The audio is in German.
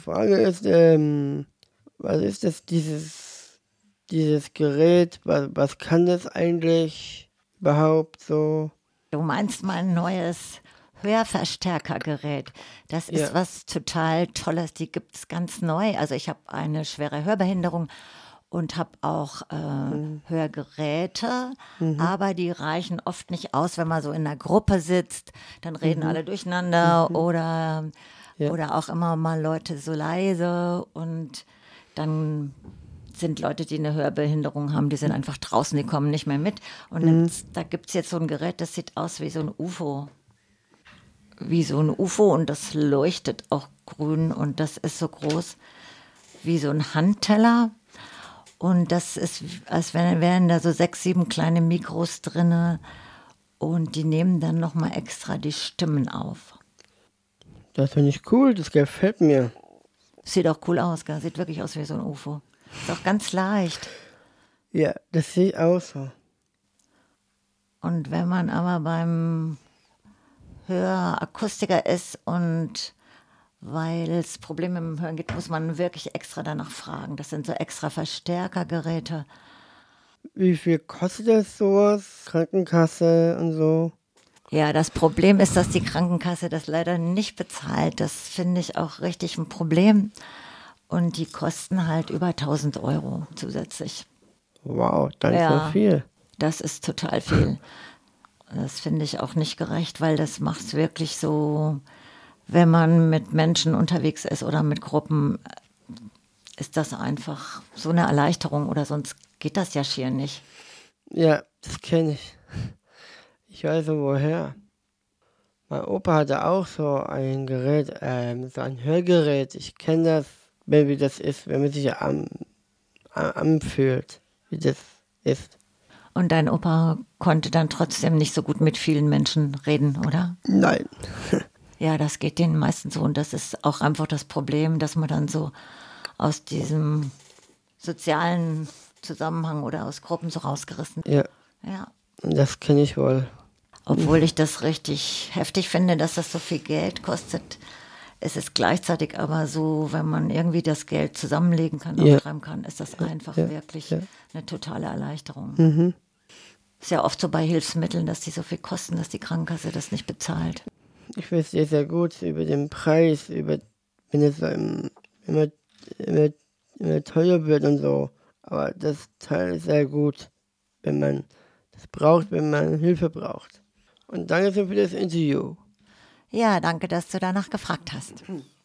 Frage ist, was ist das, dieses Gerät? Was kann das eigentlich überhaupt so? Du meinst mein neues Hörverstärkergerät. Das ist Ja. was total Tolles. Die gibt es ganz neu. Also ich habe eine schwere Hörbehinderung und habe auch Hörgeräte, aber die reichen oft nicht aus, wenn man so in einer Gruppe sitzt. Dann reden alle durcheinander oder auch immer mal Leute so leise und dann sind Leute, die eine Hörbehinderung haben, die sind einfach draußen, die kommen nicht mehr mit. Und da gibt es jetzt so ein Gerät, das sieht aus wie so ein UFO. Wie so ein UFO und das leuchtet auch grün und das ist so groß wie so ein Handteller. Und das ist, als wären da so 6, 7 kleine Mikros drinne und die nehmen dann nochmal extra die Stimmen auf. Das finde ich cool, das gefällt mir. Sieht auch cool aus, gell? Sieht wirklich aus wie so ein UFO. Ist auch ganz leicht. Ja, das sehe ich auch so. Und wenn man aber beim Hörakustiker ist und weil es Probleme mit dem Hören gibt, muss man wirklich extra danach fragen. Das sind so extra Verstärkergeräte. Wie viel kostet das sowas? Krankenkasse und so? Ja, das Problem ist, dass die Krankenkasse das leider nicht bezahlt. Das finde ich auch richtig ein Problem. Und die kosten halt über 1.000 € zusätzlich. Wow, dann Ja. so viel. Das ist total viel. Das finde ich auch nicht gerecht, weil das macht es wirklich so, wenn man mit Menschen unterwegs ist oder mit Gruppen, ist das einfach so eine Erleichterung oder sonst geht das ja schier nicht. Ja, das kenne ich. Ich weiß so woher. Mein Opa hatte auch so ein Gerät, so ein Hörgerät. Ich kenne das, wie das ist, wenn man sich anfühlt, wie das ist. Und dein Opa konnte dann trotzdem nicht so gut mit vielen Menschen reden, oder? Nein. Ja, das geht denen meistens so. Und das ist auch einfach das Problem, dass man dann so aus diesem sozialen Zusammenhang oder aus Gruppen so rausgerissen. Ja, Ja. das kenne ich wohl. Obwohl ich das richtig heftig finde, dass das so viel Geld kostet. Es ist gleichzeitig aber so, wenn man irgendwie das Geld zusammenlegen kann, Ja. auftreiben kann, ist das einfach wirklich eine totale Erleichterung. Mhm. Ist ja oft so bei Hilfsmitteln, dass die so viel kosten, dass die Krankenkasse das nicht bezahlt. Ich verstehe sehr gut über den Preis, wenn es immer teuer wird und so. Aber das Teil ist sehr gut, wenn man das braucht, wenn man Hilfe braucht. Und danke für das Interview. Ja, danke, dass du danach gefragt hast.